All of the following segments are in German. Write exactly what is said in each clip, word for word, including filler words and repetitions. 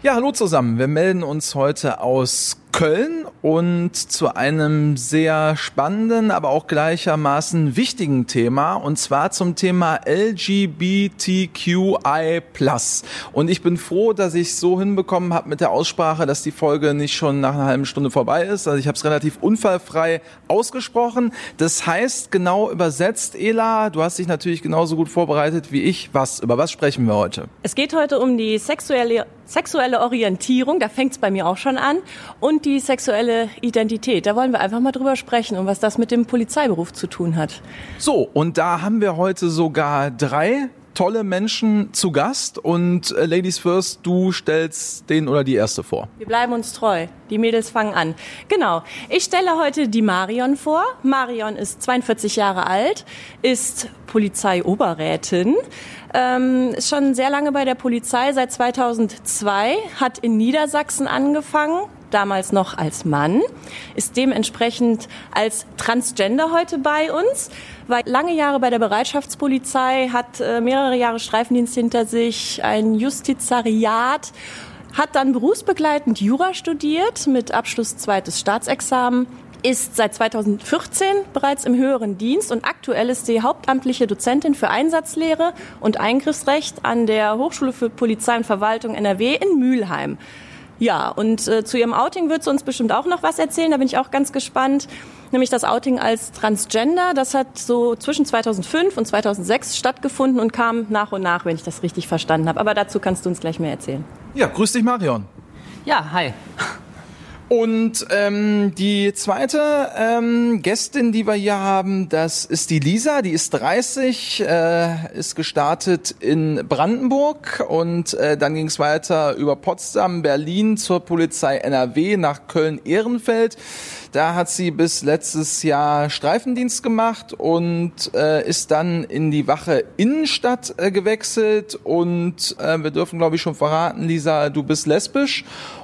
Ja, hallo zusammen. Wir melden uns heute aus Köln und zu einem sehr spannenden, aber auch gleichermaßen wichtigen Thema, und zwar zum Thema L G B T Q I plus. Und ich bin froh, dass ich es so hinbekommen habe mit der Aussprache, dass die Folge nicht schon nach einer halben Stunde vorbei ist. Also ich habe es relativ unfallfrei ausgesprochen. Das heißt, genau übersetzt, Ela, du hast dich natürlich genauso gut vorbereitet wie ich. Was? Über was sprechen wir heute? Es geht heute um die sexuelle Sexuelle Orientierung, da fängt es bei mir auch schon an, und die sexuelle Identität. Da wollen wir einfach mal drüber sprechen und was das mit dem Polizeiberuf zu tun hat. So, und da haben wir heute sogar drei tolle Menschen zu Gast. Und äh, Ladies First, du stellst den oder die erste vor. Wir bleiben uns treu. Die Mädels fangen an. Genau. Ich stelle heute die Marion vor. Marion ist zweiundvierzig Jahre alt, ist Polizeioberrätin, ähm, ist schon sehr lange bei der Polizei, seit zweitausendzwei, hat in Niedersachsen angefangen, damals noch als Mann, ist dementsprechend als Transgender heute bei uns, war lange Jahre bei der Bereitschaftspolizei, hat äh, mehrere Jahre Streifendienst hinter sich, ein Justizariat, hat dann berufsbegleitend Jura studiert mit Abschluss zweites Staatsexamen, ist seit zweitausendvierzehn bereits im höheren Dienst und aktuell ist sie hauptamtliche Dozentin für Einsatzlehre und Eingriffsrecht an der Hochschule für Polizei und Verwaltung N R W in Mülheim. Ja, und äh, zu ihrem Outing wird sie uns bestimmt auch noch was erzählen, da bin ich auch ganz gespannt. Nämlich das Outing als Transgender, das hat so zwischen zweitausendfünf und zweitausendsechs stattgefunden und kam nach und nach, wenn ich das richtig verstanden habe. Aber dazu kannst du uns gleich mehr erzählen. Ja, grüß dich, Marion. Ja, hi. Und ähm, die zweite ähm, Gästin, die wir hier haben, das ist die Lisa, die ist dreißig, äh, ist gestartet in Brandenburg und äh, dann ging es weiter über Potsdam, Berlin zur Polizei N R W nach Köln-Ehrenfeld. Da hat sie bis letztes Jahr Streifendienst gemacht und äh, ist dann in die Wache Innenstadt äh, gewechselt und äh, wir dürfen, glaube ich, schon verraten, Lisa, du bist lesbisch.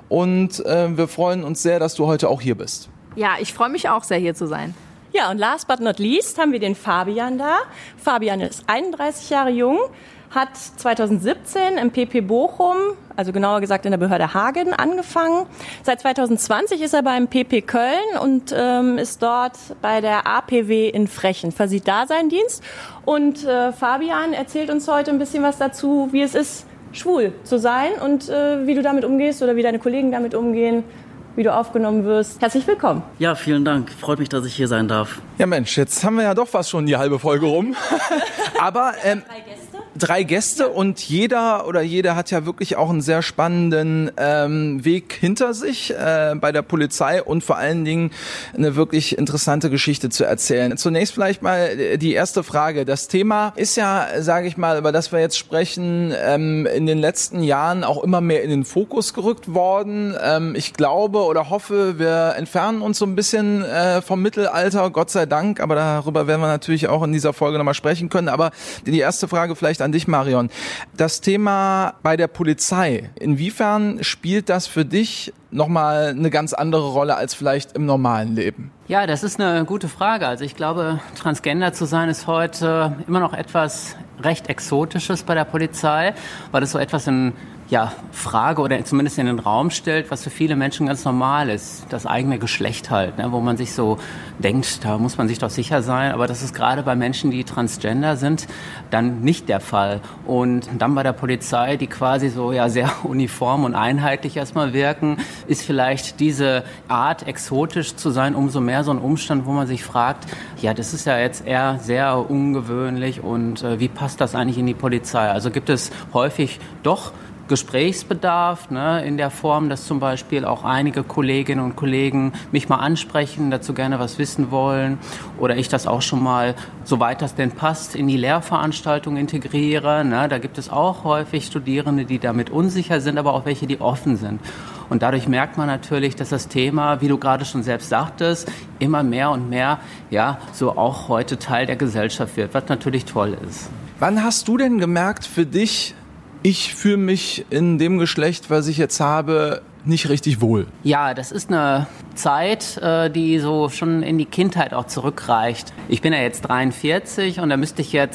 Und äh, wir freuen uns sehr, dass du heute auch hier bist. Ja, ich freue mich auch sehr, hier zu sein. Ja, und last but not least haben wir den Fabian da. Fabian ist einunddreißig Jahre jung, hat zweitausendsiebzehn im P P Bochum, also genauer gesagt in der Behörde Hagen, angefangen. Seit zweitausendzwanzig ist er beim P P Köln und ähm, ist dort bei der A P W in Frechen, versieht da seinen Dienst. Und äh, Fabian erzählt uns heute ein bisschen was dazu, wie es ist, schwul zu sein und äh, wie du damit umgehst oder wie deine Kollegen damit umgehen, wie du aufgenommen wirst. Herzlich willkommen. Ja, vielen Dank. Freut mich, dass ich hier sein darf. Ja Mensch, jetzt haben wir ja doch fast schon die halbe Folge rum. Aber ähm, Drei Gäste. Drei Gäste und jeder oder jede hat ja wirklich auch einen sehr spannenden ähm, Weg hinter sich äh, bei der Polizei und vor allen Dingen eine wirklich interessante Geschichte zu erzählen. Zunächst vielleicht mal die erste Frage. Das Thema ist ja, sage ich mal, über das wir jetzt sprechen, ähm, in den letzten Jahren auch immer mehr in den Fokus gerückt worden. Ähm, ich glaube oder hoffe, wir entfernen uns so ein bisschen äh, vom Mittelalter, Gott sei Dank, aber darüber werden wir natürlich auch in dieser Folge nochmal sprechen können. Aber die erste Frage vielleicht an dich, Marion. Das Thema bei der Polizei, inwiefern spielt das für dich nochmal eine ganz andere Rolle als vielleicht im normalen Leben? Ja, das ist eine gute Frage. Also ich glaube, Transgender zu sein ist heute immer noch etwas recht Exotisches bei der Polizei, weil es so etwas in ja, Frage oder zumindest in den Raum stellt, was für viele Menschen ganz normal ist, das eigene Geschlecht halt, ne, wo man sich so denkt, da muss man sich doch sicher sein, aber das ist gerade bei Menschen, die Transgender sind, dann nicht der Fall. Und dann bei der Polizei, die quasi so ja sehr uniform und einheitlich erstmal wirken, ist vielleicht diese Art, exotisch zu sein, umso mehr so ein Umstand, wo man sich fragt, ja, das ist ja jetzt eher sehr ungewöhnlich und äh, wie passt das eigentlich in die Polizei? Also gibt es häufig doch Gesprächsbedarf, ne, in der Form, dass zum Beispiel auch einige Kolleginnen und Kollegen mich mal ansprechen, dazu gerne was wissen wollen oder ich das auch schon mal, soweit das denn passt, in die Lehrveranstaltung integriere. Ne. Da gibt es auch häufig Studierende, die damit unsicher sind, aber auch welche, die offen sind. Und dadurch merkt man natürlich, dass das Thema, wie du gerade schon selbst sagtest, immer mehr und mehr, ja, so auch heute Teil der Gesellschaft wird, was natürlich toll ist. Wann hast du denn gemerkt für dich, ich fühle mich in dem Geschlecht, was ich jetzt habe, nicht richtig wohl? Ja, das ist eine Zeit, die so schon in die Kindheit auch zurückreicht. Ich bin ja jetzt dreiundvierzig und da müsste ich jetzt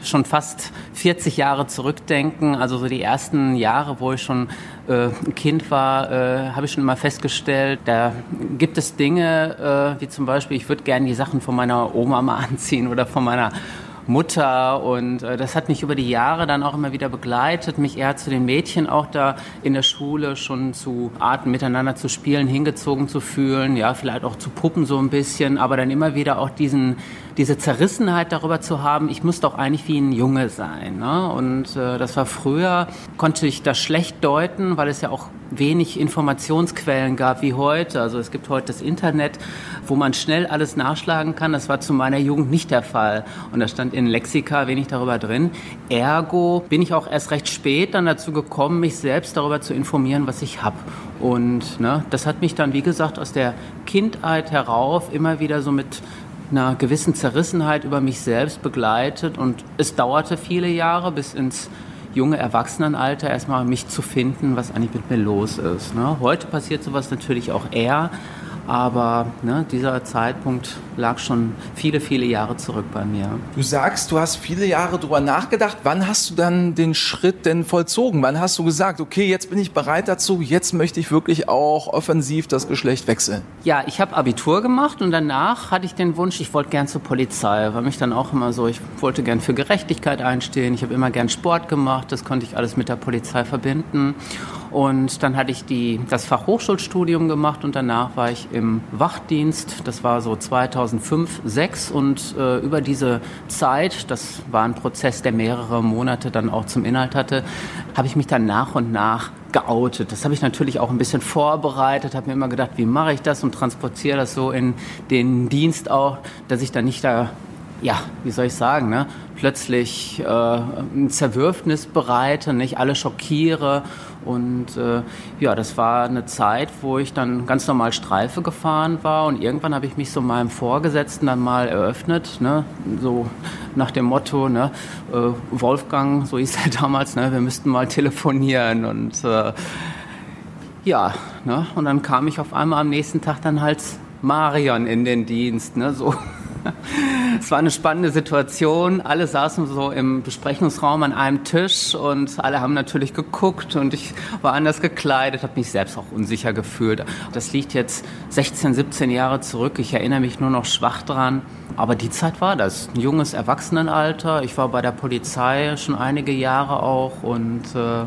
schon fast vierzig Jahre zurückdenken, also so die ersten Jahre, wo ich schon äh, ein Kind war, äh, habe ich schon immer festgestellt, da gibt es Dinge, äh, wie zum Beispiel, ich würde gerne die Sachen von meiner Oma mal anziehen oder von meiner Mutter, und äh, das hat mich über die Jahre dann auch immer wieder begleitet, mich eher zu den Mädchen auch da in der Schule schon zu Arten miteinander zu spielen, hingezogen zu fühlen, ja, vielleicht auch zu Puppen so ein bisschen, aber dann immer wieder auch diesen, diese Zerrissenheit darüber zu haben, ich muss doch eigentlich wie ein Junge sein, ne? Und äh, das war früher, konnte ich das schlecht deuten, weil es ja auch wenig Informationsquellen gab wie heute. Also es gibt heute das Internet, wo man schnell alles nachschlagen kann. Das war zu meiner Jugend nicht der Fall. Und da stand in Lexika wenig darüber drin. Ergo bin ich auch erst recht spät dann dazu gekommen, mich selbst darüber zu informieren, was ich habe. Und ne, das hat mich dann, wie gesagt, aus der Kindheit herauf immer wieder so mit einer gewissen Zerrissenheit über mich selbst begleitet. Und es dauerte viele Jahre bis ins junge Erwachsenenalter erstmal mich zu finden, was eigentlich mit mir los ist. Ne? Heute passiert sowas natürlich auch eher, aber ne, dieser Zeitpunkt lag schon viele, viele Jahre zurück bei mir. Du sagst, du hast viele Jahre drüber nachgedacht. Wann hast du dann den Schritt denn vollzogen? Wann hast du gesagt, okay, jetzt bin ich bereit dazu, jetzt möchte ich wirklich auch offensiv das Geschlecht wechseln? Ja, ich habe Abitur gemacht und danach hatte ich den Wunsch, ich wollte gern zur Polizei. War mich dann auch immer so, ich wollte gern für Gerechtigkeit einstehen. Ich habe immer gern Sport gemacht, das konnte ich alles mit der Polizei verbinden. Und dann hatte ich die, das Fachhochschulstudium gemacht und danach war ich im Wachdienst. Das war so zweitausendfünf, zweitausendsechs und äh, über diese Zeit, das war ein Prozess, der mehrere Monate dann auch zum Inhalt hatte, habe ich mich dann nach und nach geoutet. Das habe ich natürlich auch ein bisschen vorbereitet, habe mir immer gedacht, wie mache ich das, und transportiere das so in den Dienst auch, dass ich dann nicht da, ja, wie soll ich sagen, ne, plötzlich äh, ein Zerwürfnis bereite, nicht alle schockiere. Und äh, ja, das war eine Zeit, wo ich dann ganz normal Streife gefahren war, und irgendwann habe ich mich so meinem Vorgesetzten dann mal eröffnet, ne, so nach dem Motto, ne, äh, Wolfgang, so hieß er damals, ne, wir müssten mal telefonieren, und äh, ja, ne, und dann kam ich auf einmal am nächsten Tag dann halt Marion in den Dienst, ne, so. Es war eine spannende Situation. Alle saßen so im Besprechungsraum an einem Tisch und alle haben natürlich geguckt, und ich war anders gekleidet, habe mich selbst auch unsicher gefühlt. Das liegt jetzt sechzehn, siebzehn Jahre zurück. Ich erinnere mich nur noch schwach dran. Aber die Zeit war das. Ein junges Erwachsenenalter. Ich war bei der Polizei schon einige Jahre auch, und äh, ja.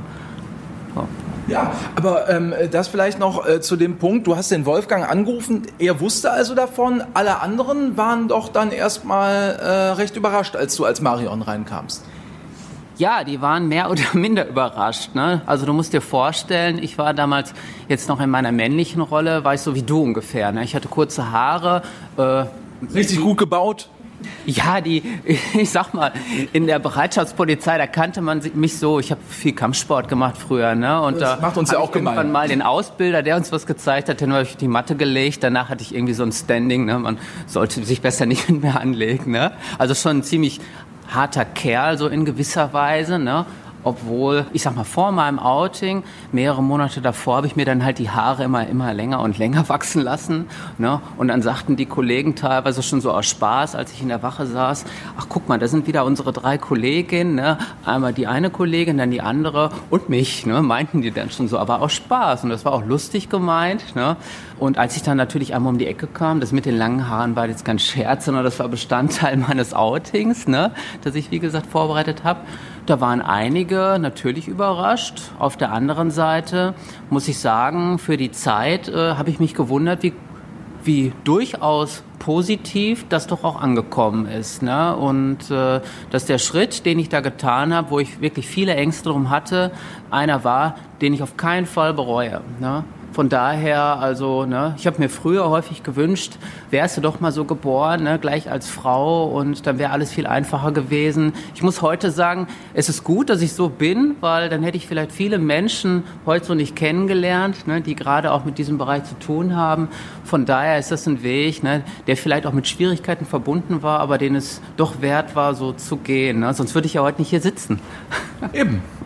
Ja, aber ähm, das vielleicht noch äh, zu dem Punkt, du hast den Wolfgang angerufen, er wusste also davon, alle anderen waren doch dann erstmal äh, recht überrascht, als du als Marion reinkamst. Ja, die waren mehr oder minder überrascht, ne? Also du musst dir vorstellen, ich war damals jetzt noch in meiner männlichen Rolle, war ich so wie du ungefähr, ne? Ich hatte kurze Haare. Äh, Richtig gut gebaut. Ja, die, ich sag mal, in der Bereitschaftspolizei, da kannte man mich so, ich habe viel Kampfsport gemacht früher, ne? Und das da macht uns ja auch irgendwann gemein. mal den Ausbilder, der uns was gezeigt hat, den habe ich die Matte gelegt, danach hatte ich irgendwie so ein Standing, ne? Man sollte sich besser nicht mit mir anlegen, ne? Also schon ein ziemlich harter Kerl, so in gewisser Weise, ne? Obwohl, ich sag mal, vor meinem Outing, mehrere Monate davor, habe ich mir dann halt die Haare immer, immer länger und länger wachsen lassen, ne? Und dann sagten die Kollegen teilweise schon so aus Spaß, als ich in der Wache saß, ach guck mal, da sind wieder unsere drei Kolleginnen, ne? Einmal die eine Kollegin, dann die andere und mich, ne? Meinten die dann schon so, aber aus Spaß, und das war auch lustig gemeint, ne? Und als ich dann natürlich einmal um die Ecke kam, das mit den langen Haaren war jetzt kein Scherz, sondern das war Bestandteil meines Outings, ne? Das ich, wie gesagt, vorbereitet habe. Da waren einige natürlich überrascht. Auf der anderen Seite muss ich sagen, für die Zeit äh, habe ich mich gewundert, wie, wie durchaus positiv das doch auch angekommen ist, ne? Und äh, dass der Schritt, den ich da getan habe, wo ich wirklich viele Ängste drum hatte, einer war, den ich auf keinen Fall bereue, ne? Von daher, also, ne, ich habe mir früher häufig gewünscht, wärst du doch mal so geboren, ne, gleich als Frau, und dann wäre alles viel einfacher gewesen. Ich muss heute sagen, es ist gut, dass ich so bin, weil dann hätte ich vielleicht viele Menschen heute so nicht kennengelernt, ne, die gerade auch mit diesem Bereich zu tun haben. Von daher ist das ein Weg, ne, der vielleicht auch mit Schwierigkeiten verbunden war, aber den es doch wert war, so zu gehen, ne? Sonst würde ich ja heute nicht hier sitzen. Eben.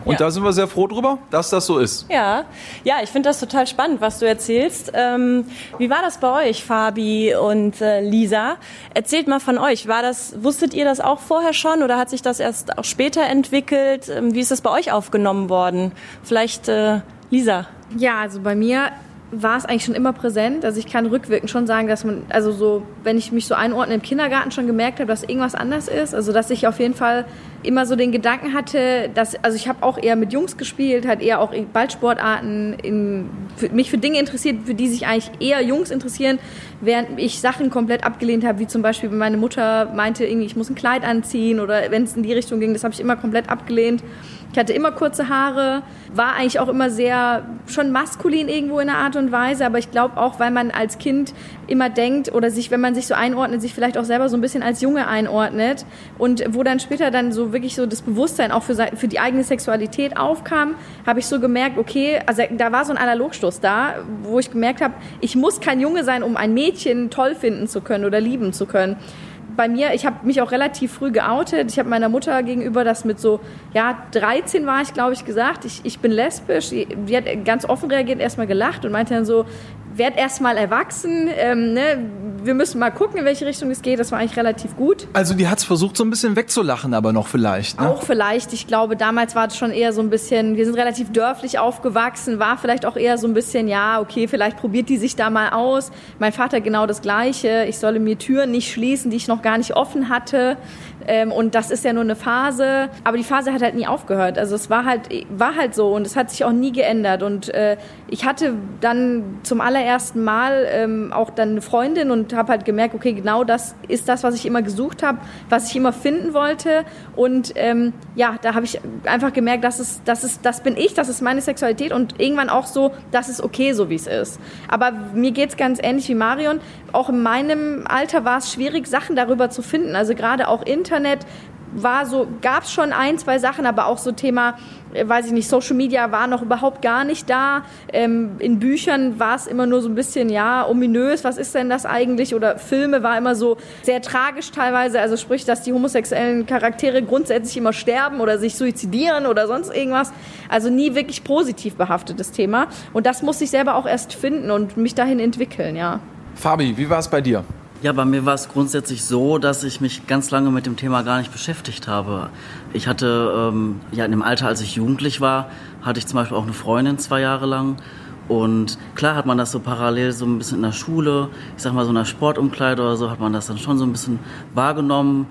Und ja. da sind wir sehr froh drüber, dass das so ist. Ja, ja, ich finde das total spannend, was du erzählst. Ähm, wie war das bei euch, Fabi und äh, Lisa? Erzählt mal von euch. War das, wusstet ihr das auch vorher schon oder hat sich das erst auch später entwickelt? Ähm, wie ist das bei euch aufgenommen worden? Vielleicht äh, Lisa? Ja, also bei mir war es eigentlich schon immer präsent. Also ich kann rückwirkend schon sagen, dass man, also so, wenn ich mich so einordne im Kindergarten schon gemerkt habe, dass irgendwas anders ist. Also dass ich auf jeden Fall immer so den Gedanken hatte, dass, also ich habe auch eher mit Jungs gespielt, halt eher auch Ballsportarten, in, für, mich für Dinge interessiert, für die sich eigentlich eher Jungs interessieren, während ich Sachen komplett abgelehnt habe, wie zum Beispiel, wenn meine Mutter meinte, irgendwie ich muss ein Kleid anziehen oder wenn es in die Richtung ging, das habe ich immer komplett abgelehnt. Ich hatte immer kurze Haare, war eigentlich auch immer sehr, schon maskulin irgendwo in einer Art und Weise, aber ich glaube auch, weil man als Kind immer denkt oder sich, wenn man sich so einordnet, sich vielleicht auch selber so ein bisschen als Junge einordnet und wo dann später dann so wirklich so das Bewusstsein auch für, für die eigene Sexualität aufkam, habe ich so gemerkt, okay, also da war so ein Analogstoß da, wo ich gemerkt habe, ich muss kein Junge sein, um ein Mädchen toll finden zu können oder lieben zu können. Bei mir, ich habe mich auch relativ früh geoutet. Ich habe meiner Mutter gegenüber das mit so, ja, dreizehn war ich, glaube ich, gesagt, ich, ich bin lesbisch. Die, die hat ganz offen reagiert, erstmal gelacht und meinte dann so, werd erstmal erwachsen, ähm, ne? Wir müssen mal gucken, in welche Richtung es geht. Das war eigentlich relativ gut. Also die hat es versucht, so ein bisschen wegzulachen, aber noch vielleicht. Ne? Auch vielleicht. Ich glaube, damals war es schon eher so ein bisschen, wir sind relativ dörflich aufgewachsen, war vielleicht auch eher so ein bisschen, ja, okay, vielleicht probiert die sich da mal aus. Mein Vater genau das Gleiche. Ich solle mir Türen nicht schließen, die ich noch gar nicht offen hatte. Ähm, und das ist ja nur eine Phase. Aber die Phase hat halt nie aufgehört. Also es war halt, war halt so und es hat sich auch nie geändert. Und äh, ich hatte dann zum allerersten Mal ähm, auch dann eine Freundin und habe halt gemerkt, okay, genau das ist das, was ich immer gesucht habe, was ich immer finden wollte. Und ähm, ja, da habe ich einfach gemerkt, das ist, das ist, das bin ich, das ist meine Sexualität und irgendwann auch so, das ist okay, so wie es ist. Aber mir geht's ganz ähnlich wie Marion. Auch in meinem Alter war es schwierig, Sachen darüber zu finden. Also gerade auch Internet war so, gab es schon ein, zwei Sachen, aber auch so Thema, weiß ich nicht, Social Media war noch überhaupt gar nicht da. Ähm, in Büchern war es immer nur so ein bisschen, ja, ominös, was ist denn das eigentlich? Oder Filme war immer so sehr tragisch teilweise, also sprich, dass die homosexuellen Charaktere grundsätzlich immer sterben oder sich suizidieren oder sonst irgendwas. Also nie wirklich positiv behaftetes Thema. Und das muss ich selber auch erst finden und mich dahin entwickeln, ja. Fabi, wie war es bei dir? Ja, bei mir war es grundsätzlich so, dass ich mich ganz lange mit dem Thema gar nicht beschäftigt habe. Ich hatte, ähm, ja, in dem Alter, als ich jugendlich war, hatte ich zum Beispiel auch eine Freundin zwei Jahre lang. Und klar hat man das so parallel so ein bisschen in der Schule, ich sag mal so in der Sportumkleide oder so, hat man das dann schon so ein bisschen wahrgenommen,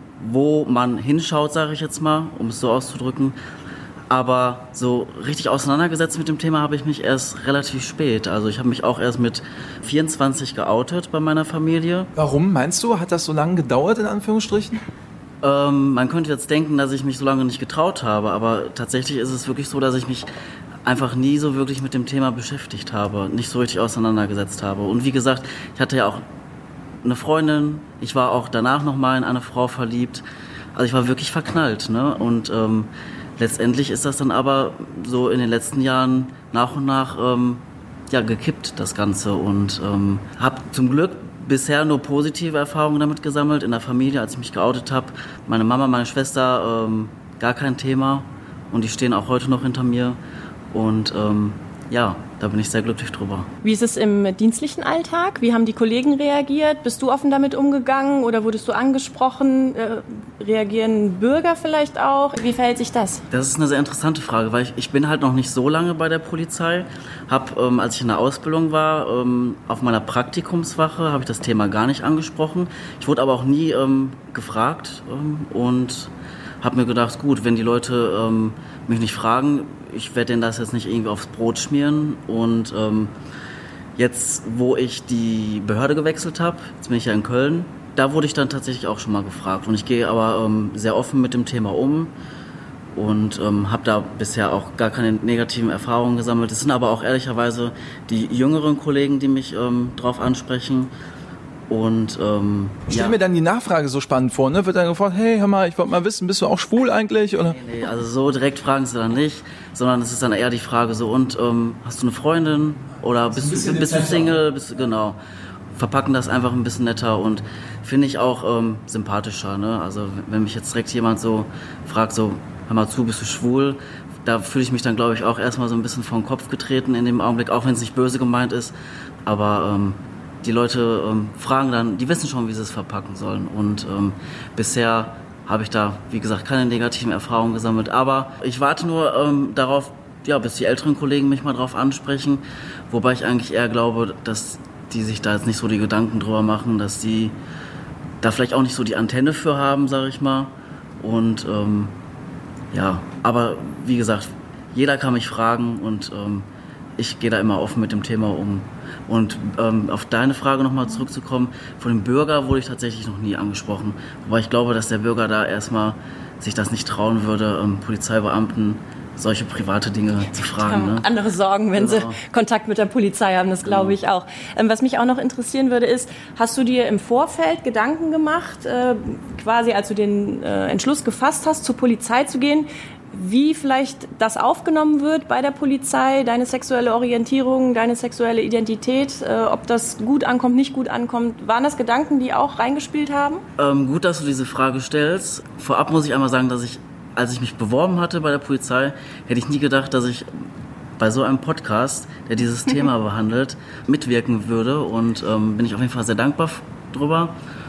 wo man hinschaut, sage ich jetzt mal, um es so auszudrücken. Aber so richtig auseinandergesetzt mit dem Thema habe ich mich erst relativ spät. Also ich habe mich auch erst mit vierundzwanzig geoutet bei meiner Familie. Warum, meinst du? Hat das so lange gedauert, in Anführungsstrichen? Ähm, man könnte jetzt denken, dass ich mich so lange nicht getraut habe. Aber tatsächlich ist es wirklich so, dass ich mich einfach nie so wirklich mit dem Thema beschäftigt habe. Nicht so richtig auseinandergesetzt habe. Und wie gesagt, ich hatte ja auch eine Freundin. Ich war auch danach nochmal in eine Frau verliebt. Also ich war wirklich verknallt, ne? Und ähm, letztendlich ist das dann aber so in den letzten Jahren nach und nach ähm, ja, gekippt, das Ganze. Und ähm, habe zum Glück bisher nur positive Erfahrungen damit gesammelt. In der Familie, als ich mich geoutet habe, meine Mama, meine Schwester, ähm, gar kein Thema. Und die stehen auch heute noch hinter mir. Und ähm, ja, da bin ich sehr glücklich drüber. Wie ist es im dienstlichen Alltag? Wie haben die Kollegen reagiert? Bist du offen damit umgegangen oder wurdest du angesprochen? Äh, reagieren Bürger vielleicht auch? Wie verhält sich das? Das ist eine sehr interessante Frage, weil ich, ich bin halt noch nicht so lange bei der Polizei. Hab, ähm, als ich in der Ausbildung war, ähm, auf meiner Praktikumswache habe ich das Thema gar nicht angesprochen. Ich wurde aber auch nie ähm, gefragt ähm, und habe mir gedacht, gut, wenn die Leute ähm, mich nicht fragen, ich werde denen das jetzt nicht irgendwie aufs Brot schmieren. Und ähm, jetzt, wo ich die Behörde gewechselt habe, jetzt bin ich ja in Köln, da wurde ich dann tatsächlich auch schon mal gefragt. Und ich gehe aber ähm, sehr offen mit dem Thema um und ähm, habe da bisher auch gar keine negativen Erfahrungen gesammelt. Es sind aber auch ehrlicherweise die jüngeren Kollegen, die mich ähm, drauf ansprechen. Und ähm, ich stelle ja. mir dann die Nachfrage so spannend vor, ne? Wird dann gefragt, hey, hör mal, ich wollte mal wissen, bist du auch schwul eigentlich? Oder? Nee, nee, also so direkt fragen sie dann nicht, sondern es ist dann eher die Frage so, und ähm, hast du eine Freundin? Oder bist, du, bist du Single? Bist du, genau. Verpacken das einfach ein bisschen netter und finde ich auch ähm, sympathischer, ne? Also wenn mich jetzt direkt jemand so fragt, so, hör mal zu, bist du schwul? da fühle ich mich dann, glaube ich, auch erstmal so ein bisschen vor den Kopf getreten in dem Augenblick, auch wenn es nicht böse gemeint ist. Aber ähm, die Leute ähm, fragen dann, die wissen schon, wie sie es verpacken sollen. Und ähm, bisher habe ich da, wie gesagt, keine negativen Erfahrungen gesammelt. Aber ich warte nur ähm, darauf, ja, bis die älteren Kollegen mich mal drauf ansprechen. Wobei ich eigentlich eher glaube, dass die sich da jetzt nicht so die Gedanken drüber machen, dass die da vielleicht auch nicht so die Antenne für haben, sage ich mal. Und ähm, ja, aber wie gesagt, jeder kann mich fragen und ähm, ich gehe da immer offen mit dem Thema um. Und ähm, auf deine Frage nochmal zurückzukommen, von dem Bürger wurde ich tatsächlich noch nie angesprochen. Wobei ich glaube, dass der Bürger da erstmal sich das nicht trauen würde, ähm, Polizeibeamten solche private Dinge zu fragen. Ne? Andere Sorgen, wenn genau. sie Kontakt mit der Polizei haben, das glaube ich auch. Ähm, was mich auch noch interessieren würde, ist, hast du dir im Vorfeld Gedanken gemacht, äh, quasi als du den äh, Entschluss gefasst hast, zur Polizei zu gehen, wie vielleicht das aufgenommen wird bei der Polizei, deine sexuelle Orientierung, deine sexuelle Identität, äh, ob das gut ankommt, nicht gut ankommt. Waren das Gedanken, die auch reingespielt haben? Ähm, gut, dass du diese Frage stellst. Vorab muss ich einmal sagen, dass ich, als ich mich beworben hatte bei der Polizei, hätte ich nie gedacht, dass ich bei so einem Podcast, der dieses Thema behandelt, mitwirken würde. Und ähm, bin ich auf jeden Fall sehr dankbar drüber.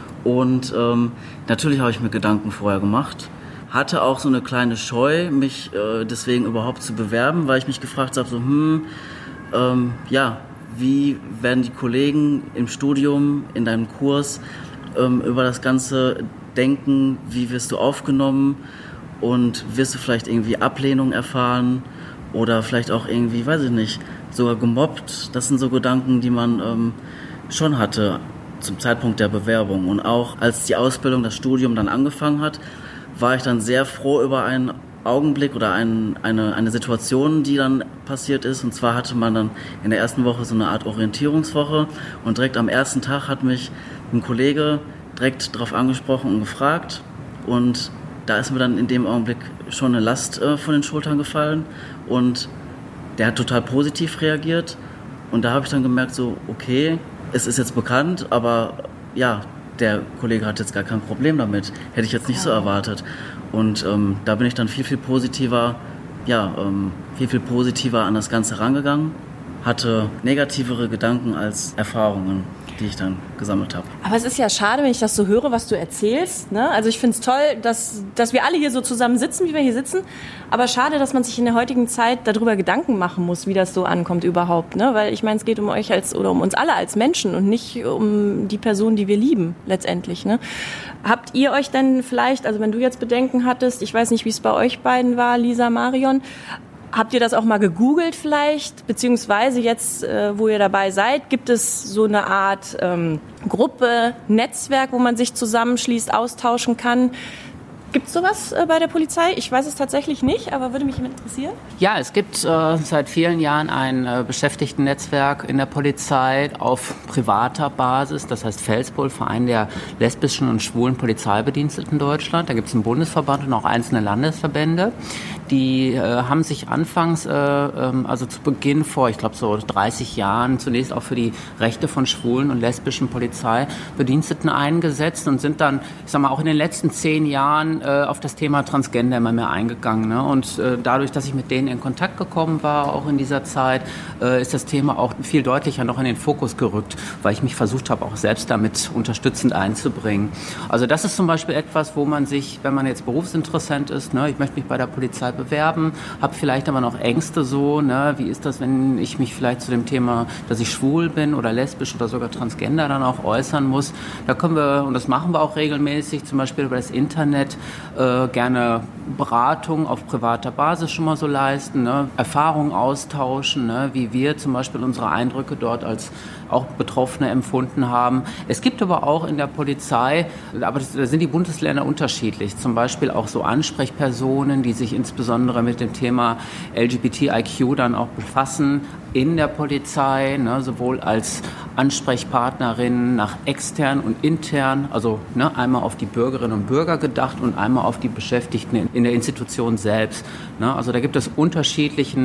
Und ähm, natürlich habe ich mir Gedanken vorher gemacht. Hatte auch so eine kleine Scheu, mich äh, deswegen überhaupt zu bewerben, weil ich mich gefragt habe, so, hm, ähm, ja, wie werden die Kollegen im Studium, in deinem Kurs ähm, über das Ganze denken, wie wirst du aufgenommen und wirst du vielleicht irgendwie Ablehnung erfahren oder vielleicht auch irgendwie, weiß ich nicht, sogar gemobbt. Das sind so Gedanken, die man ähm, schon hatte zum Zeitpunkt der Bewerbung. Und auch als die Ausbildung, das Studium dann angefangen hat, war ich dann sehr froh über einen Augenblick oder ein, eine, eine Situation, die dann passiert ist. Und zwar hatte man dann in der ersten Woche so eine Art Orientierungswoche und direkt am ersten Tag hat mich ein Kollege direkt darauf angesprochen und gefragt. Und da ist mir dann in dem Augenblick schon eine Last äh, von den Schultern gefallen und der hat total positiv reagiert. Und da habe ich dann gemerkt, so okay, es ist jetzt bekannt, aber ja, der Kollege hat jetzt gar kein Problem damit. Hätte ich jetzt nicht so erwartet. Und ähm, da bin ich dann viel, viel positiver, ja, ähm, viel, viel positiver an das Ganze rangegangen. Hatte negativere Gedanken als Erfahrungen, die ich dann gesammelt habe. Aber es ist ja schade, wenn ich das so höre, was du erzählst. Ne? Also ich finde es toll, dass, dass wir alle hier so zusammen sitzen, wie wir hier sitzen. Aber schade, dass man sich in der heutigen Zeit darüber Gedanken machen muss, wie das so ankommt überhaupt. Ne? Weil ich meine, es geht um euch als oder um uns alle als Menschen und nicht um die Person, die wir lieben letztendlich. Ne? Habt ihr euch denn vielleicht, also wenn du jetzt Bedenken hattest, ich weiß nicht, wie es bei euch beiden war, Lisa, Marion, habt ihr das auch mal gegoogelt vielleicht? Beziehungsweise jetzt, äh, wo ihr dabei seid, gibt es so eine Art ähm, Gruppe, Netzwerk, wo man sich zusammenschließt, austauschen kann? Gibt es sowas äh, bei der Polizei? Ich weiß es tatsächlich nicht, aber würde mich interessieren. Ja, es gibt äh, seit vielen Jahren ein äh, Beschäftigtennetzwerk in der Polizei auf privater Basis. Das heißt Felsbull, Verein der lesbischen und schwulen Polizeibediensteten in Deutschland. Da gibt es einen Bundesverband und auch einzelne Landesverbände. Die äh, haben sich anfangs, äh, ähm, also zu Beginn vor, ich glaube so dreißig Jahren, zunächst auch für die Rechte von schwulen und lesbischen Polizeibediensteten eingesetzt und sind dann, ich sag mal, auch in den letzten zehn Jahren äh, auf das Thema Transgender immer mehr eingegangen. Ne? Und äh, dadurch, dass ich mit denen in Kontakt gekommen war, auch in dieser Zeit, äh, ist das Thema auch viel deutlicher noch in den Fokus gerückt, weil ich mich versucht habe, auch selbst damit unterstützend einzubringen. Also das ist zum Beispiel etwas, wo man sich, wenn man jetzt Berufsinteressent ist, ne, ich möchte mich bei der Polizei bewerben, habe vielleicht aber noch Ängste so, ne, wie ist das, wenn ich mich vielleicht zu dem Thema, dass ich schwul bin oder lesbisch oder sogar transgender dann auch äußern muss. Da können wir, und das machen wir auch regelmäßig, zum Beispiel über das Internet, äh, gerne Beratung auf privater Basis schon mal so leisten, ne, Erfahrungen austauschen, ne, wie wir zum Beispiel unsere Eindrücke dort als auch Betroffene empfunden haben. Es gibt aber auch in der Polizei, aber das, da sind die Bundesländer unterschiedlich, zum Beispiel auch so Ansprechpersonen, die sich insbesondere mit dem Thema L G B T I Q dann auch befassen in der Polizei, ne, sowohl als Ansprechpartnerin nach extern und intern, also ne, einmal auf die Bürgerinnen und Bürger gedacht und einmal auf die Beschäftigten in, in der Institution selbst. Ne, also da gibt es unterschiedlichen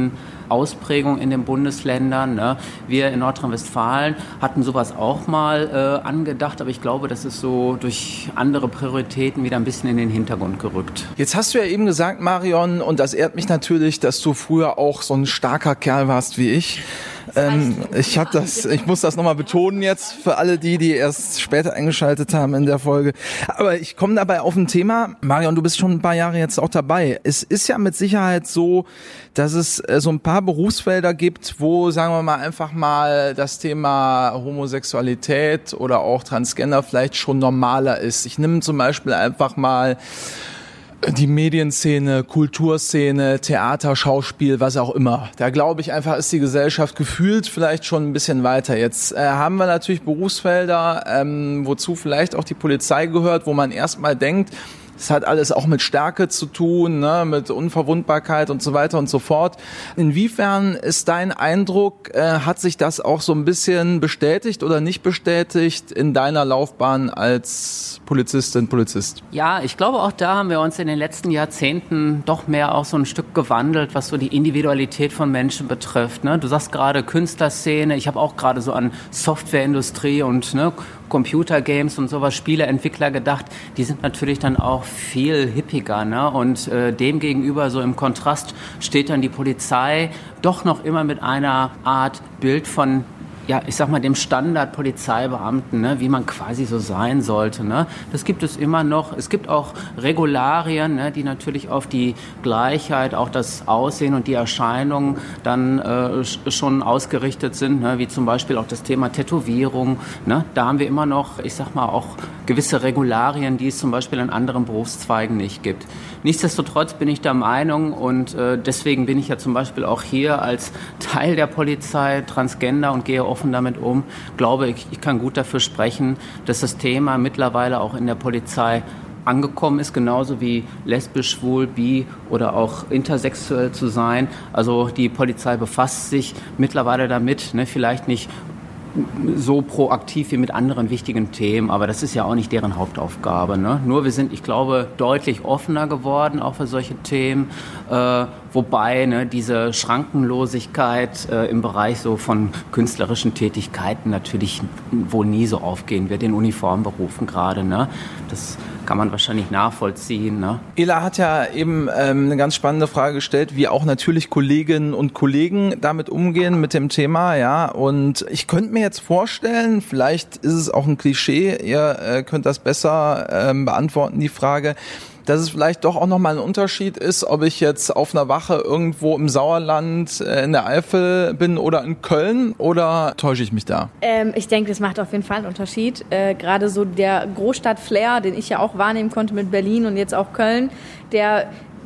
Ausprägung in den Bundesländern. Ne? Wir in Nordrhein-Westfalen hatten sowas auch mal äh, angedacht, aber ich glaube, das ist so durch andere Prioritäten wieder ein bisschen in den Hintergrund gerückt. Jetzt hast du ja eben gesagt, Marion, und das ehrt mich natürlich, dass du früher auch so ein starker Kerl warst wie ich. Ähm, ich hab das, ich muss das nochmal betonen jetzt für alle die, die erst später eingeschaltet haben in der Folge. Aber ich komme dabei auf ein Thema. Marion, du bist schon ein paar Jahre jetzt auch dabei. Es ist ja mit Sicherheit so, dass es äh, so ein paar Berufsfelder gibt, wo, sagen wir mal, einfach mal das Thema Homosexualität oder auch Transgender vielleicht schon normaler ist. Ich nehme zum Beispiel einfach mal die Medienszene, Kulturszene, Theater, Schauspiel, was auch immer. Da glaube ich einfach, ist die Gesellschaft gefühlt vielleicht schon ein bisschen weiter. Jetzt äh, haben wir natürlich Berufsfelder, ähm, wozu vielleicht auch die Polizei gehört, wo man erstmal denkt, es hat alles auch mit Stärke zu tun, ne, mit Unverwundbarkeit und so weiter und so fort. Inwiefern ist dein Eindruck, äh, hat sich das auch so ein bisschen bestätigt oder nicht bestätigt in deiner Laufbahn als Polizistin, Polizist? Ja, ich glaube, auch da haben wir uns in den letzten Jahrzehnten doch mehr auch so ein Stück gewandelt, was so die Individualität von Menschen betrifft. Ne? Du sagst gerade Künstlerszene, ich habe auch gerade so an Softwareindustrie und ne, Computergames und sowas, Spieleentwickler gedacht, die sind natürlich dann auch viel hippiger, ne? Und äh, dem gegenüber so im Kontrast steht dann die Polizei doch noch immer mit einer Art Bild von, ja, ich sag mal, dem Standard-Polizeibeamten, ne, wie man quasi so sein sollte. Ne. Das gibt es immer noch. Es gibt auch Regularien, ne, die natürlich auf die Gleichheit, auch das Aussehen und die Erscheinung dann äh, schon ausgerichtet sind, ne, wie zum Beispiel auch das Thema Tätowierung. Ne. Da haben wir immer noch, ich sag mal, auch gewisse Regularien, die es zum Beispiel in anderen Berufszweigen nicht gibt. Nichtsdestotrotz bin ich der Meinung und äh, deswegen bin ich ja zum Beispiel auch hier als Teil der Polizei Transgender und gehe offen damit um. Glaube ich, ich kann gut dafür sprechen, dass das Thema mittlerweile auch in der Polizei angekommen ist, genauso wie lesbisch, schwul, bi oder auch intersexuell zu sein. Also die Polizei befasst sich mittlerweile damit, ne, vielleicht nicht so proaktiv wie mit anderen wichtigen Themen, aber das ist ja auch nicht deren Hauptaufgabe. Ne? Nur wir sind, ich glaube, deutlich offener geworden auch für solche Themen, äh, wobei ne, diese Schrankenlosigkeit äh, im Bereich so von künstlerischen Tätigkeiten natürlich wohl nie so aufgehen wird, in Uniformberufen gerade. Ne? Das kann man wahrscheinlich nachvollziehen. Ne? Ela hat ja eben ähm, eine ganz spannende Frage gestellt, wie auch natürlich Kolleginnen und Kollegen damit umgehen mit dem Thema, ja. Und ich könnte mir jetzt vorstellen, vielleicht ist es auch ein Klischee, ihr äh, könnt das besser ähm, beantworten, die Frage, dass es vielleicht doch auch nochmal ein Unterschied ist, ob ich jetzt auf einer Wache irgendwo im Sauerland äh, in der Eifel bin oder in Köln, oder täusche ich mich da? Ähm, ich denke, das macht auf jeden Fall einen Unterschied. Äh, gerade so der Großstadt-Flair, den ich ja auch wahrnehmen konnte mit Berlin und jetzt auch Köln, der,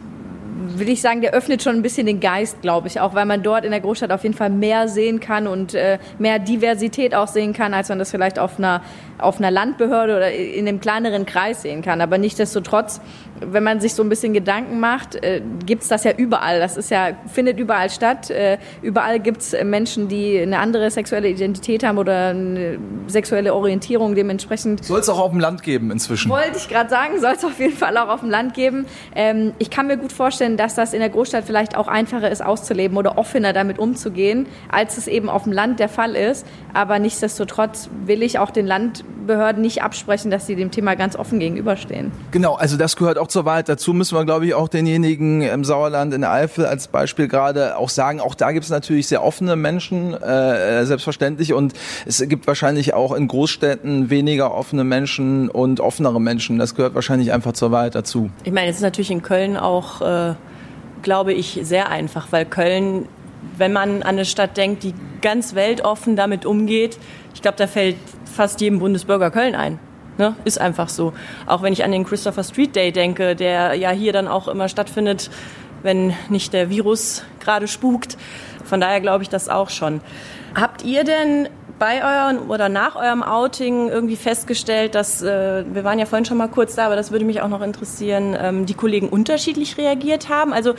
will ich sagen, der öffnet schon ein bisschen den Geist, glaube ich, auch weil man dort in der Großstadt auf jeden Fall mehr sehen kann und äh, mehr Diversität auch sehen kann, als man das vielleicht auf einer, auf einer Landbehörde oder in einem kleineren Kreis sehen kann. Aber nichtsdestotrotz, wenn man sich so ein bisschen Gedanken macht, äh, gibt's das ja überall. Das ist ja, findet überall statt. Äh, überall gibt's Menschen, die eine andere sexuelle Identität haben oder eine sexuelle Orientierung dementsprechend. Soll es auch auf dem Land geben inzwischen? Wollte ich gerade sagen, soll es auf jeden Fall auch auf dem Land geben. Ähm, ich kann mir gut vorstellen, dass das in der Großstadt vielleicht auch einfacher ist auszuleben oder offener damit umzugehen, als es eben auf dem Land der Fall ist. Aber nichtsdestotrotz will ich auch den Landbehörden nicht absprechen, dass sie dem Thema ganz offen gegenüberstehen. Genau, also das gehört auch zur Wahrheit. Dazu müssen wir, glaube ich, auch denjenigen im Sauerland, in der Eifel als Beispiel gerade auch sagen, auch da gibt es natürlich sehr offene Menschen, äh, selbstverständlich. Und es gibt wahrscheinlich auch in Großstädten weniger offene Menschen und offenere Menschen. Das gehört wahrscheinlich einfach zur Wahrheit dazu. Ich meine, es ist natürlich in Köln auch, äh, glaube ich, sehr einfach, weil Köln, wenn man an eine Stadt denkt, die ganz weltoffen damit umgeht, ich glaube, da fällt fast jedem Bundesbürger Köln ein. Ne? Ist einfach so. Auch wenn ich an den Christopher Street Day denke, der ja hier dann auch immer stattfindet, wenn nicht der Virus gerade spukt. Von daher glaube ich das auch schon. Habt ihr denn bei euren oder nach eurem Outing irgendwie festgestellt, dass, äh, wir waren ja vorhin schon mal kurz da, aber das würde mich auch noch interessieren, ähm, die Kollegen unterschiedlich reagiert haben? Also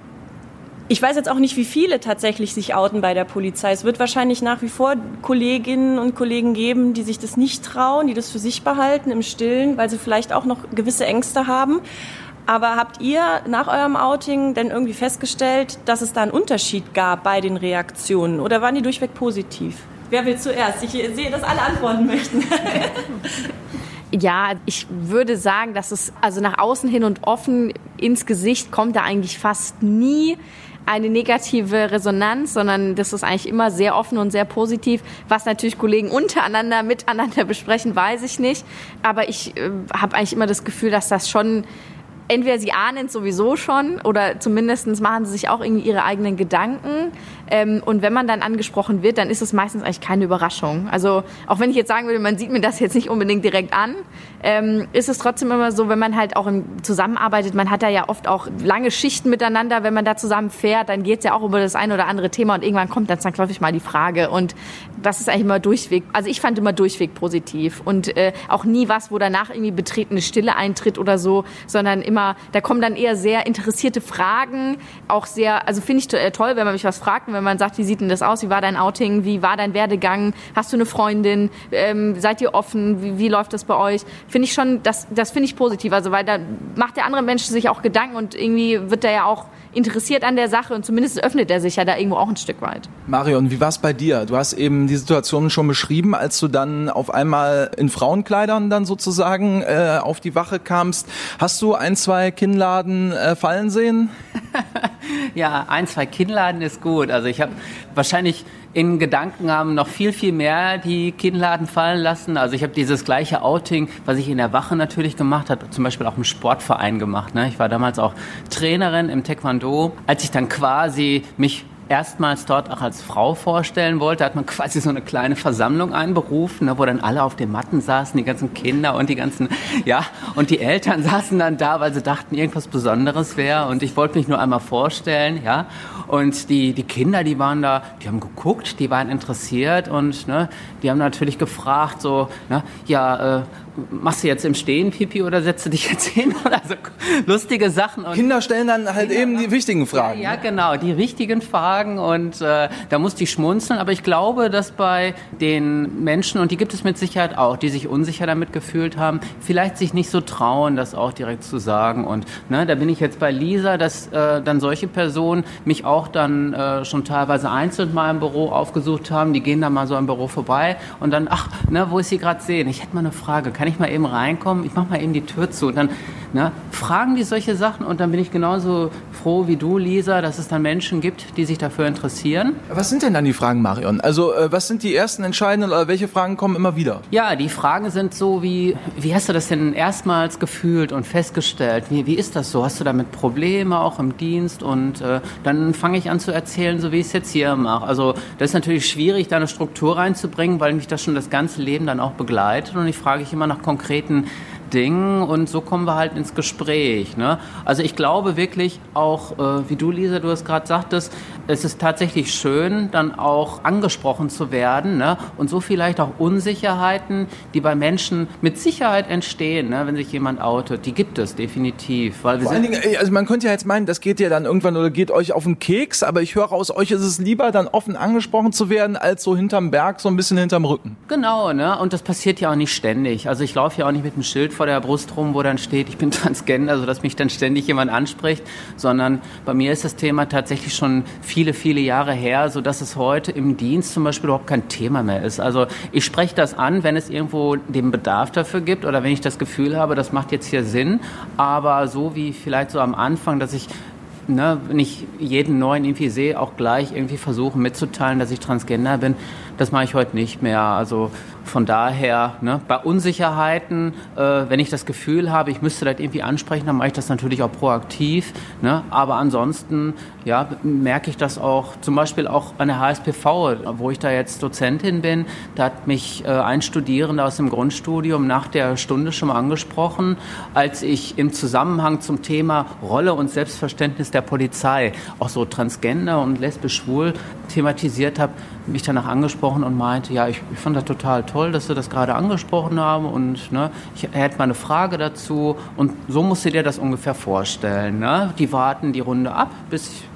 ich weiß jetzt auch nicht, wie viele tatsächlich sich outen bei der Polizei. Es wird wahrscheinlich nach wie vor Kolleginnen und Kollegen geben, die sich das nicht trauen, die das für sich behalten im Stillen, weil sie vielleicht auch noch gewisse Ängste haben. Aber habt ihr nach eurem Outing denn irgendwie festgestellt, dass es da einen Unterschied gab bei den Reaktionen? Oder waren die durchweg positiv? Wer will zuerst? Ich sehe, dass alle antworten möchten. Ja, ich würde sagen, dass es also nach außen hin und offen ins Gesicht kommt da eigentlich fast nie eine negative Resonanz, sondern das ist eigentlich immer sehr offen und sehr positiv. Was natürlich Kollegen untereinander, miteinander besprechen, weiß ich nicht. Aber ich äh, habe eigentlich immer das Gefühl, dass das schon, entweder sie ahnen es sowieso schon oder zumindest machen sie sich auch irgendwie ihre eigenen Gedanken. Ähm, und wenn man dann angesprochen wird, dann ist es meistens eigentlich keine Überraschung. Also auch wenn ich jetzt sagen würde, man sieht mir das jetzt nicht unbedingt direkt an, ähm, ist es trotzdem immer so, wenn man halt auch im, zusammenarbeitet, man hat da ja oft auch lange Schichten miteinander, wenn man da zusammen fährt, dann geht es ja auch über das ein oder andere Thema und irgendwann kommt dann zwangsläufig mal die Frage und das ist eigentlich immer durchweg, also ich fand immer durchweg positiv und äh, auch nie was, wo danach irgendwie betretene Stille eintritt oder so, sondern immer, da kommen dann eher sehr interessierte Fragen, auch sehr, also finde ich äh, toll, wenn man mich was fragt, wenn man sagt, wie sieht denn das aus, wie war dein Outing, wie war dein Werdegang, hast du eine Freundin, ähm, seid ihr offen, wie, wie läuft das bei euch, finde ich schon, das, das finde ich positiv, also weil da macht der andere Mensch sich auch Gedanken und irgendwie wird er ja auch interessiert an der Sache und zumindest öffnet er sich ja da irgendwo auch ein Stück weit. Marion, wie war es bei dir? Du hast eben die Situation schon beschrieben, als du dann auf einmal in Frauenkleidern dann sozusagen äh, auf die Wache kamst. Hast du ein, zwei Kinnladen äh, fallen sehen? Ja, ein, zwei Kinnladen ist gut. Also ich habe wahrscheinlich in Gedanken haben noch viel, viel mehr die Kinnladen fallen lassen. Also ich habe dieses gleiche Outing, was ich in der Wache natürlich gemacht habe, zum Beispiel auch im Sportverein gemacht. Ne? Ich war damals auch Trainerin im Taekwondo. Als ich dann quasi mich erstmals dort auch als Frau vorstellen wollte, hat man quasi so eine kleine Versammlung einberufen, ne, wo dann alle auf den Matten saßen, die ganzen Kinder und die ganzen, ja, und die Eltern saßen dann da, weil sie dachten, irgendwas Besonderes wäre und ich wollte mich nur einmal vorstellen, ja, und die, die Kinder, die waren da, die haben geguckt, die waren interessiert und, ne, die haben natürlich gefragt, so, ne, ja, äh, machst du jetzt im Stehen Pipi oder setzt du dich jetzt hin? Also lustige Sachen. Und Kinder stellen dann halt Kinder eben die wichtigen Fragen. Ja, ja, genau, die richtigen Fragen und äh, da musste ich schmunzeln. Aber ich glaube, dass bei den Menschen, und die gibt es mit Sicherheit auch, die sich unsicher damit gefühlt haben, vielleicht sich nicht so trauen, das auch direkt zu sagen. Und ne, da bin ich jetzt bei Lisa, dass äh, dann solche Personen mich auch dann äh, schon teilweise einzeln mal im Büro aufgesucht haben. Die gehen dann mal so im Büro vorbei und dann, ach, ne, wo ist sie gerade sehen? Ich hätte mal eine Frage, kann ich mal eben reinkommen? Ich mache mal eben die Tür zu. Und dann ne, fragen die solche Sachen und dann bin ich genauso froh wie du, Lisa, dass es dann Menschen gibt, die sich dafür interessieren. Was sind denn dann die Fragen, Marion? Also äh, was sind die ersten entscheidenden oder welche Fragen kommen immer wieder? Ja, die Fragen sind so wie, wie hast du das denn erstmals gefühlt und festgestellt? Wie, wie ist das so? Hast du damit Probleme auch im Dienst? Und äh, dann fange ich an zu erzählen, so wie ich es jetzt hier mache. Also das ist natürlich schwierig, da eine Struktur reinzubringen, weil mich das schon das ganze Leben dann auch begleitet und ich frage ich immer nach konkreten Dingen und so kommen wir halt ins Gespräch. Ne? Also ich glaube wirklich auch, äh, wie du, Lisa, du es gerade sagtest, es ist tatsächlich schön, dann auch angesprochen zu werden, ne? Und so vielleicht auch Unsicherheiten, die bei Menschen mit Sicherheit entstehen, ne? Wenn sich jemand outet, die gibt es definitiv. Weil wir Vor allen Dingen, also man könnte ja jetzt meinen, das geht ja dann irgendwann oder geht euch auf den Keks, aber ich höre aus euch, ist es lieber, dann offen angesprochen zu werden, als so hinterm Berg, so ein bisschen hinterm Rücken. Genau, ne? Und das passiert ja auch nicht ständig. Also ich laufe ja auch nicht mit einem Schild vor der Brust rum, wo dann steht, ich bin Transgender, also dass mich dann ständig jemand anspricht, sondern bei mir ist das Thema tatsächlich schon viele, viele Jahre her, sodass es heute im Dienst zum Beispiel überhaupt kein Thema mehr ist. Also ich spreche das an, wenn es irgendwo den Bedarf dafür gibt oder wenn ich das Gefühl habe, das macht jetzt hier Sinn, aber so wie vielleicht so am Anfang, dass ich ne, nicht jeden neuen irgendwie sehe, auch gleich irgendwie versuchen mitzuteilen, dass ich Transgender bin, das mache ich heute nicht mehr. Also von daher, ne, bei Unsicherheiten, äh, wenn ich das Gefühl habe, ich müsste das irgendwie ansprechen, dann mache ich das natürlich auch proaktiv. Ne? Aber ansonsten ja, merke ich das auch, zum Beispiel auch an der H S P V, wo ich da jetzt Dozentin bin, da hat mich äh, ein Studierender aus dem Grundstudium nach der Stunde schon mal angesprochen, als ich im Zusammenhang zum Thema Rolle und Selbstverständnis der Polizei, auch so Transgender und lesbisch-schwul thematisiert habe, mich danach angesprochen und meinte, ja, ich, ich fand das total toll, dass Sie das gerade angesprochen haben und ne, ich hätte mal eine Frage dazu und so musst du dir das ungefähr vorstellen. Ne? Die warten die Runde ab, bis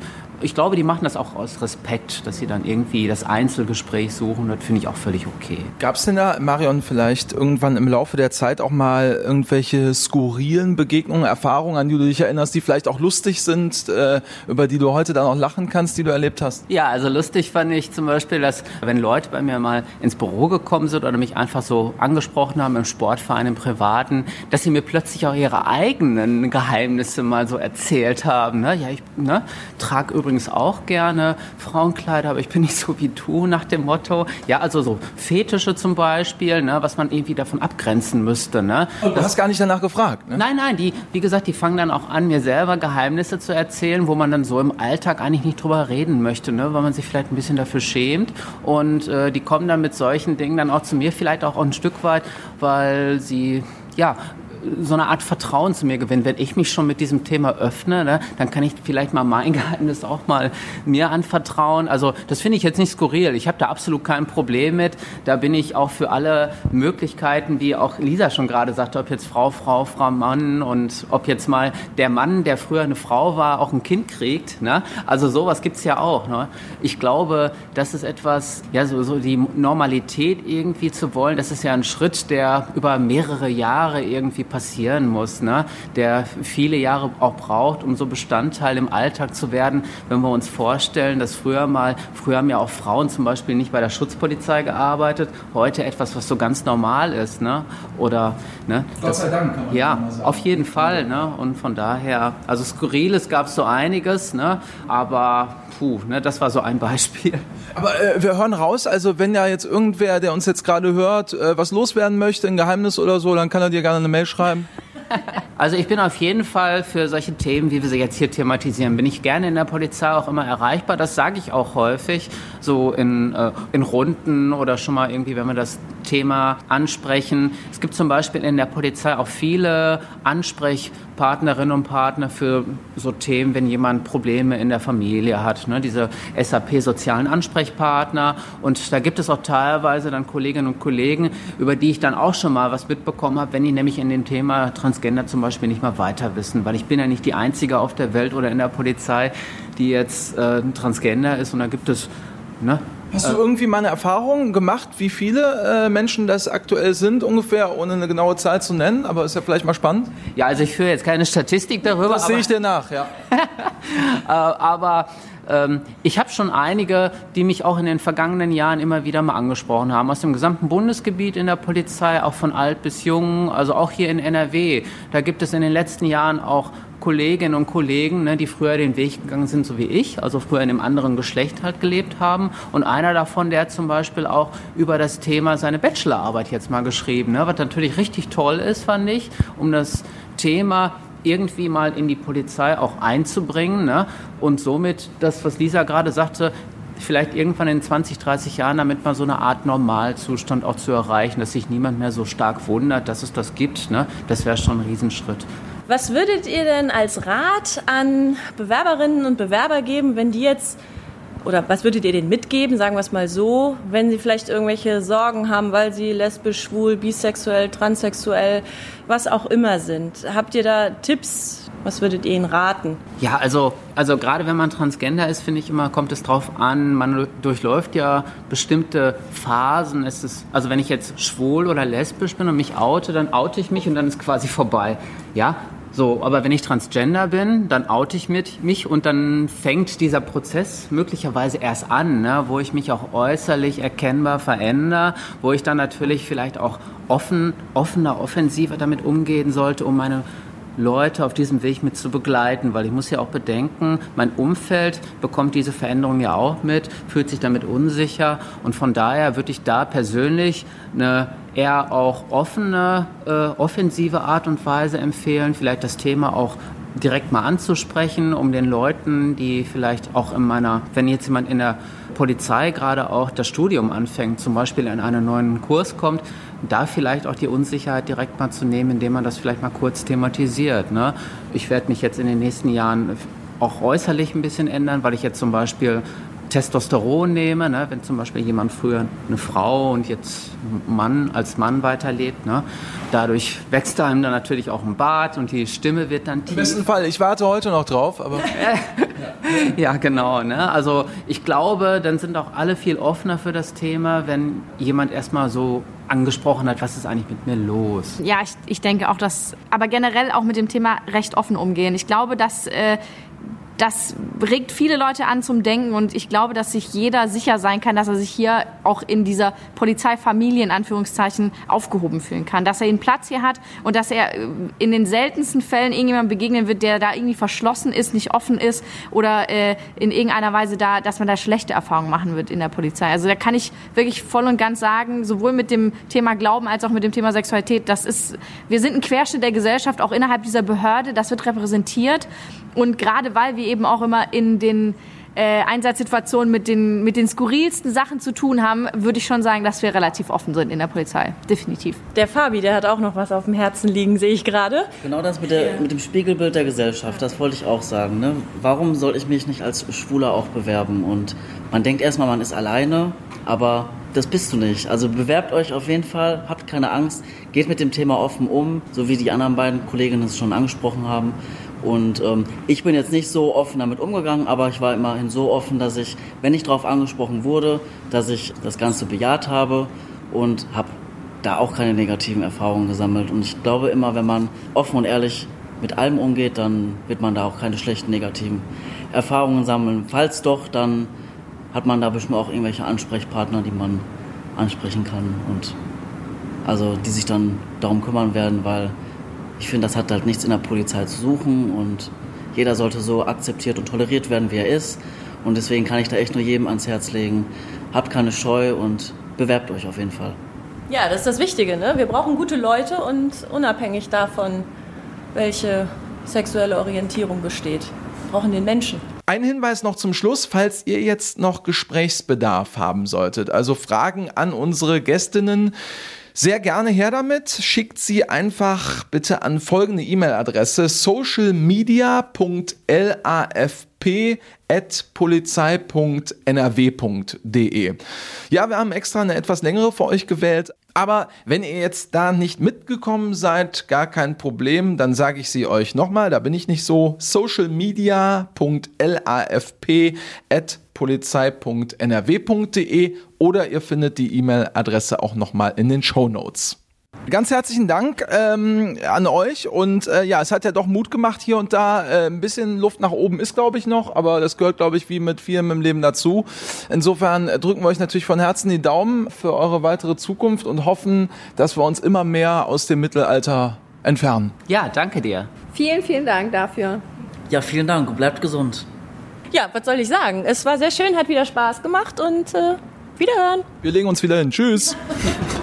ich glaube, die machen das auch aus Respekt, dass sie dann irgendwie das Einzelgespräch suchen. Das finde ich auch völlig okay. Gab es denn da, Marion, vielleicht irgendwann im Laufe der Zeit auch mal irgendwelche skurrilen Begegnungen, Erfahrungen, an die du dich erinnerst, die vielleicht auch lustig sind, äh, über die du heute dann auch lachen kannst, die du erlebt hast? Ja, also lustig fand ich zum Beispiel, dass wenn Leute bei mir mal ins Büro gekommen sind oder mich einfach so angesprochen haben im Sportverein, im Privaten, dass sie mir plötzlich auch ihre eigenen Geheimnisse mal so erzählt haben. Ne? Ja, ich ne, trage übrigens auch gerne Frauenkleider, aber ich bin nicht so wie du, nach dem Motto. Ja, also so Fetische zum Beispiel, ne, was man irgendwie davon abgrenzen müsste. Ne? Du das, hast gar nicht danach gefragt, ne? Nein, nein, die, wie gesagt, die fangen dann auch an, mir selber Geheimnisse zu erzählen, wo man dann so im Alltag eigentlich nicht drüber reden möchte, ne, weil man sich vielleicht ein bisschen dafür schämt. Und äh, die kommen dann mit solchen Dingen dann auch zu mir, vielleicht auch ein Stück weit, weil sie, ja, so eine Art Vertrauen zu mir gewinnen. Wenn ich mich schon mit diesem Thema öffne, ne, dann kann ich vielleicht mal mein Geheimnis auch mal mir anvertrauen. Also das finde ich jetzt nicht skurril. Ich habe da absolut kein Problem mit. Da bin ich auch für alle Möglichkeiten, wie auch Lisa schon gerade sagte, ob jetzt Frau, Frau, Frau, Mann und ob jetzt mal der Mann, der früher eine Frau war, auch ein Kind kriegt. Ne? Also sowas gibt's ja auch. Ne? Ich glaube, das ist etwas, ja, so, so die Normalität irgendwie zu wollen, das ist ja ein Schritt, der über mehrere Jahre irgendwie passieren muss, ne? Der viele Jahre auch braucht, um so Bestandteil im Alltag zu werden. Wenn wir uns vorstellen, dass früher mal, früher haben ja auch Frauen zum Beispiel nicht bei der Schutzpolizei gearbeitet, heute etwas, was so ganz normal ist, ne? Oder, ne? Gott sei Dank, kann man ja, mal sagen. Auf jeden Fall, ne? Und von daher, also Skurriles gab es so einiges, ne? Aber puh, ne? Das war so ein Beispiel. Aber äh, wir hören raus, also wenn ja jetzt irgendwer, der uns jetzt gerade hört, äh, was loswerden möchte, ein Geheimnis oder so, dann kann er dir gerne eine Mail schreiben. Also ich bin auf jeden Fall für solche Themen, wie wir sie jetzt hier thematisieren, bin ich gerne in der Polizei auch immer erreichbar. Das sage ich auch häufig, so in, äh, in Runden oder schon mal irgendwie, wenn wir das Thema ansprechen. Es gibt zum Beispiel in der Polizei auch viele Ansprechpartnerinnen und Partner für so Themen, wenn jemand Probleme in der Familie hat, ne? Diese S A P-sozialen Ansprechpartner. Und da gibt es auch teilweise dann Kolleginnen und Kollegen, über die ich dann auch schon mal was mitbekommen habe, wenn die nämlich in dem Thema Transgender zum Beispiel nicht mal weiter wissen. Weil ich bin ja nicht die Einzige auf der Welt oder in der Polizei, die jetzt äh, Transgender ist. Und da gibt es, ne? Hast du irgendwie mal eine Erfahrung gemacht, wie viele äh, Menschen das aktuell sind, ungefähr, ohne eine genaue Zahl zu nennen? Aber ist ja vielleicht mal spannend. Ja, also ich führe jetzt keine Statistik darüber. Das sehe ich dir nach, ja. äh, aber ähm, ich habe schon einige, die mich auch in den vergangenen Jahren immer wieder mal angesprochen haben. Aus dem gesamten Bundesgebiet in der Polizei, auch von alt bis jung, also auch hier in N R W. Da gibt es in den letzten Jahren auch Kolleginnen und Kollegen, ne, die früher den Weg gegangen sind, so wie ich, also früher in einem anderen Geschlecht halt gelebt haben. Und einer davon, der hat zum Beispiel auch über das Thema seine Bachelorarbeit jetzt mal geschrieben, ne, was natürlich richtig toll ist, fand ich, um das Thema irgendwie mal in die Polizei auch einzubringen, ne, und somit das, was Lisa gerade sagte, vielleicht irgendwann in zwanzig, dreißig Jahren damit mal so eine Art Normalzustand auch zu erreichen, dass sich niemand mehr so stark wundert, dass es das gibt, ne, das wäre schon ein Riesenschritt. Was würdet ihr denn als Rat an Bewerberinnen und Bewerber geben, wenn die jetzt, oder was würdet ihr denen mitgeben, sagen wir es mal so, wenn sie vielleicht irgendwelche Sorgen haben, weil sie lesbisch, schwul, bisexuell, transsexuell, was auch immer sind? Habt ihr da Tipps? Was würdet ihr ihnen raten? Ja, also, also gerade wenn man Transgender ist, finde ich immer, kommt es drauf an, man durchläuft ja bestimmte Phasen. Es ist, also wenn ich jetzt schwul oder lesbisch bin und mich oute, dann oute ich mich und dann ist quasi vorbei. Ja, so, aber wenn ich Transgender bin, dann oute ich mit, mich und dann fängt dieser Prozess möglicherweise erst an, ne, wo ich mich auch äußerlich erkennbar verändere, wo ich dann natürlich vielleicht auch offen, offener, offensiver damit umgehen sollte, um meine Leute auf diesem Weg mit zu begleiten, weil ich muss ja auch bedenken, mein Umfeld bekommt diese Veränderung ja auch mit, fühlt sich damit unsicher und von daher würde ich da persönlich eine eher auch offene, äh, offensive Art und Weise empfehlen, vielleicht das Thema auch direkt mal anzusprechen, um den Leuten, die vielleicht auch in meiner, wenn jetzt jemand in der Polizei gerade auch das Studium anfängt, zum Beispiel in einen neuen Kurs kommt, da vielleicht auch die Unsicherheit direkt mal zu nehmen, indem man das vielleicht mal kurz thematisiert. Ne? Ich werde mich jetzt in den nächsten Jahren auch äußerlich ein bisschen ändern, weil ich jetzt zum Beispiel Testosteron nehme, ne, wenn zum Beispiel jemand früher eine Frau und jetzt ein Mann als Mann weiterlebt, ne, dadurch wächst einem dann natürlich auch ein Bart und die Stimme wird dann tief. Im besten Fall, ich warte heute noch drauf, aber... Ja, genau. Ne? Also ich glaube, dann sind auch alle viel offener für das Thema, wenn jemand erstmal so angesprochen hat, was ist eigentlich mit mir los? Ja, ich, ich denke auch, dass, aber generell auch mit dem Thema recht offen umgehen. Ich glaube, dass äh, das regt viele Leute an zum Denken und ich glaube, dass sich jeder sicher sein kann, dass er sich hier auch in dieser Polizeifamilie in Anführungszeichen aufgehoben fühlen kann, dass er einen Platz hier hat und dass er in den seltensten Fällen irgendjemandem begegnen wird, der da irgendwie verschlossen ist, nicht offen ist oder äh, in irgendeiner Weise da, dass man da schlechte Erfahrungen machen wird in der Polizei. Also da kann ich wirklich voll und ganz sagen, sowohl mit dem Thema Glauben als auch mit dem Thema Sexualität, das ist, wir sind ein Querschnitt der Gesellschaft, auch innerhalb dieser Behörde, das wird repräsentiert und gerade weil wir eben auch immer in den äh, Einsatzsituationen mit den, mit den skurrilsten Sachen zu tun haben, würde ich schon sagen, dass wir relativ offen sind in der Polizei. Definitiv. Der Fabi, der hat auch noch was auf dem Herzen liegen, sehe ich gerade. Genau das mit, der, mit dem Spiegelbild der Gesellschaft, das wollte ich auch sagen. Ne? Warum soll ich mich nicht als Schwuler auch bewerben? Und man denkt erstmal, man ist alleine, aber das bist du nicht. Also bewerbt euch auf jeden Fall, habt keine Angst, geht mit dem Thema offen um, so wie die anderen beiden Kolleginnen es schon angesprochen haben. Und ähm, ich bin jetzt nicht so offen damit umgegangen, aber ich war immerhin so offen, dass ich, wenn ich darauf angesprochen wurde, dass ich das Ganze bejaht habe und habe da auch keine negativen Erfahrungen gesammelt. Und ich glaube immer, wenn man offen und ehrlich mit allem umgeht, dann wird man da auch keine schlechten negativen Erfahrungen sammeln. Falls doch, dann hat man da bestimmt auch irgendwelche Ansprechpartner, die man ansprechen kann und also die sich dann darum kümmern werden, weil ich finde, das hat halt nichts in der Polizei zu suchen und jeder sollte so akzeptiert und toleriert werden, wie er ist. Und deswegen kann ich da echt nur jedem ans Herz legen, habt keine Scheu und bewerbt euch auf jeden Fall. Ja, das ist das Wichtige, ne? Wir brauchen gute Leute und unabhängig davon, welche sexuelle Orientierung besteht, wir brauchen den Menschen. Ein Hinweis noch zum Schluss, falls ihr jetzt noch Gesprächsbedarf haben solltet, also Fragen an unsere Gästinnen, sehr gerne her damit. Schickt sie einfach bitte an folgende E-Mail-Adresse socialmedia punkt lafp at polizei punkt n r w punkt d e. Ja, wir haben extra eine etwas längere für euch gewählt, aber wenn ihr jetzt da nicht mitgekommen seid, gar kein Problem, dann sage ich sie euch nochmal, da bin ich nicht so, socialmedia punkt lafp at polizei punkt n r w punkt d e oder ihr findet die E-Mail-Adresse auch nochmal in den Shownotes. Ganz herzlichen Dank ähm, an euch und äh, ja, es hat ja doch Mut gemacht hier und da. Äh, ein bisschen Luft nach oben ist, glaube ich, noch, aber das gehört, glaube ich, wie mit vielem im Leben dazu. Insofern drücken wir euch natürlich von Herzen die Daumen für eure weitere Zukunft und hoffen, dass wir uns immer mehr aus dem Mittelalter entfernen. Ja, danke dir. Vielen, vielen Dank dafür. Ja, vielen Dank. Bleibt gesund. Ja, was soll ich sagen? Es war sehr schön, hat wieder Spaß gemacht und äh, wiederhören. Wir legen uns wieder hin. Tschüss.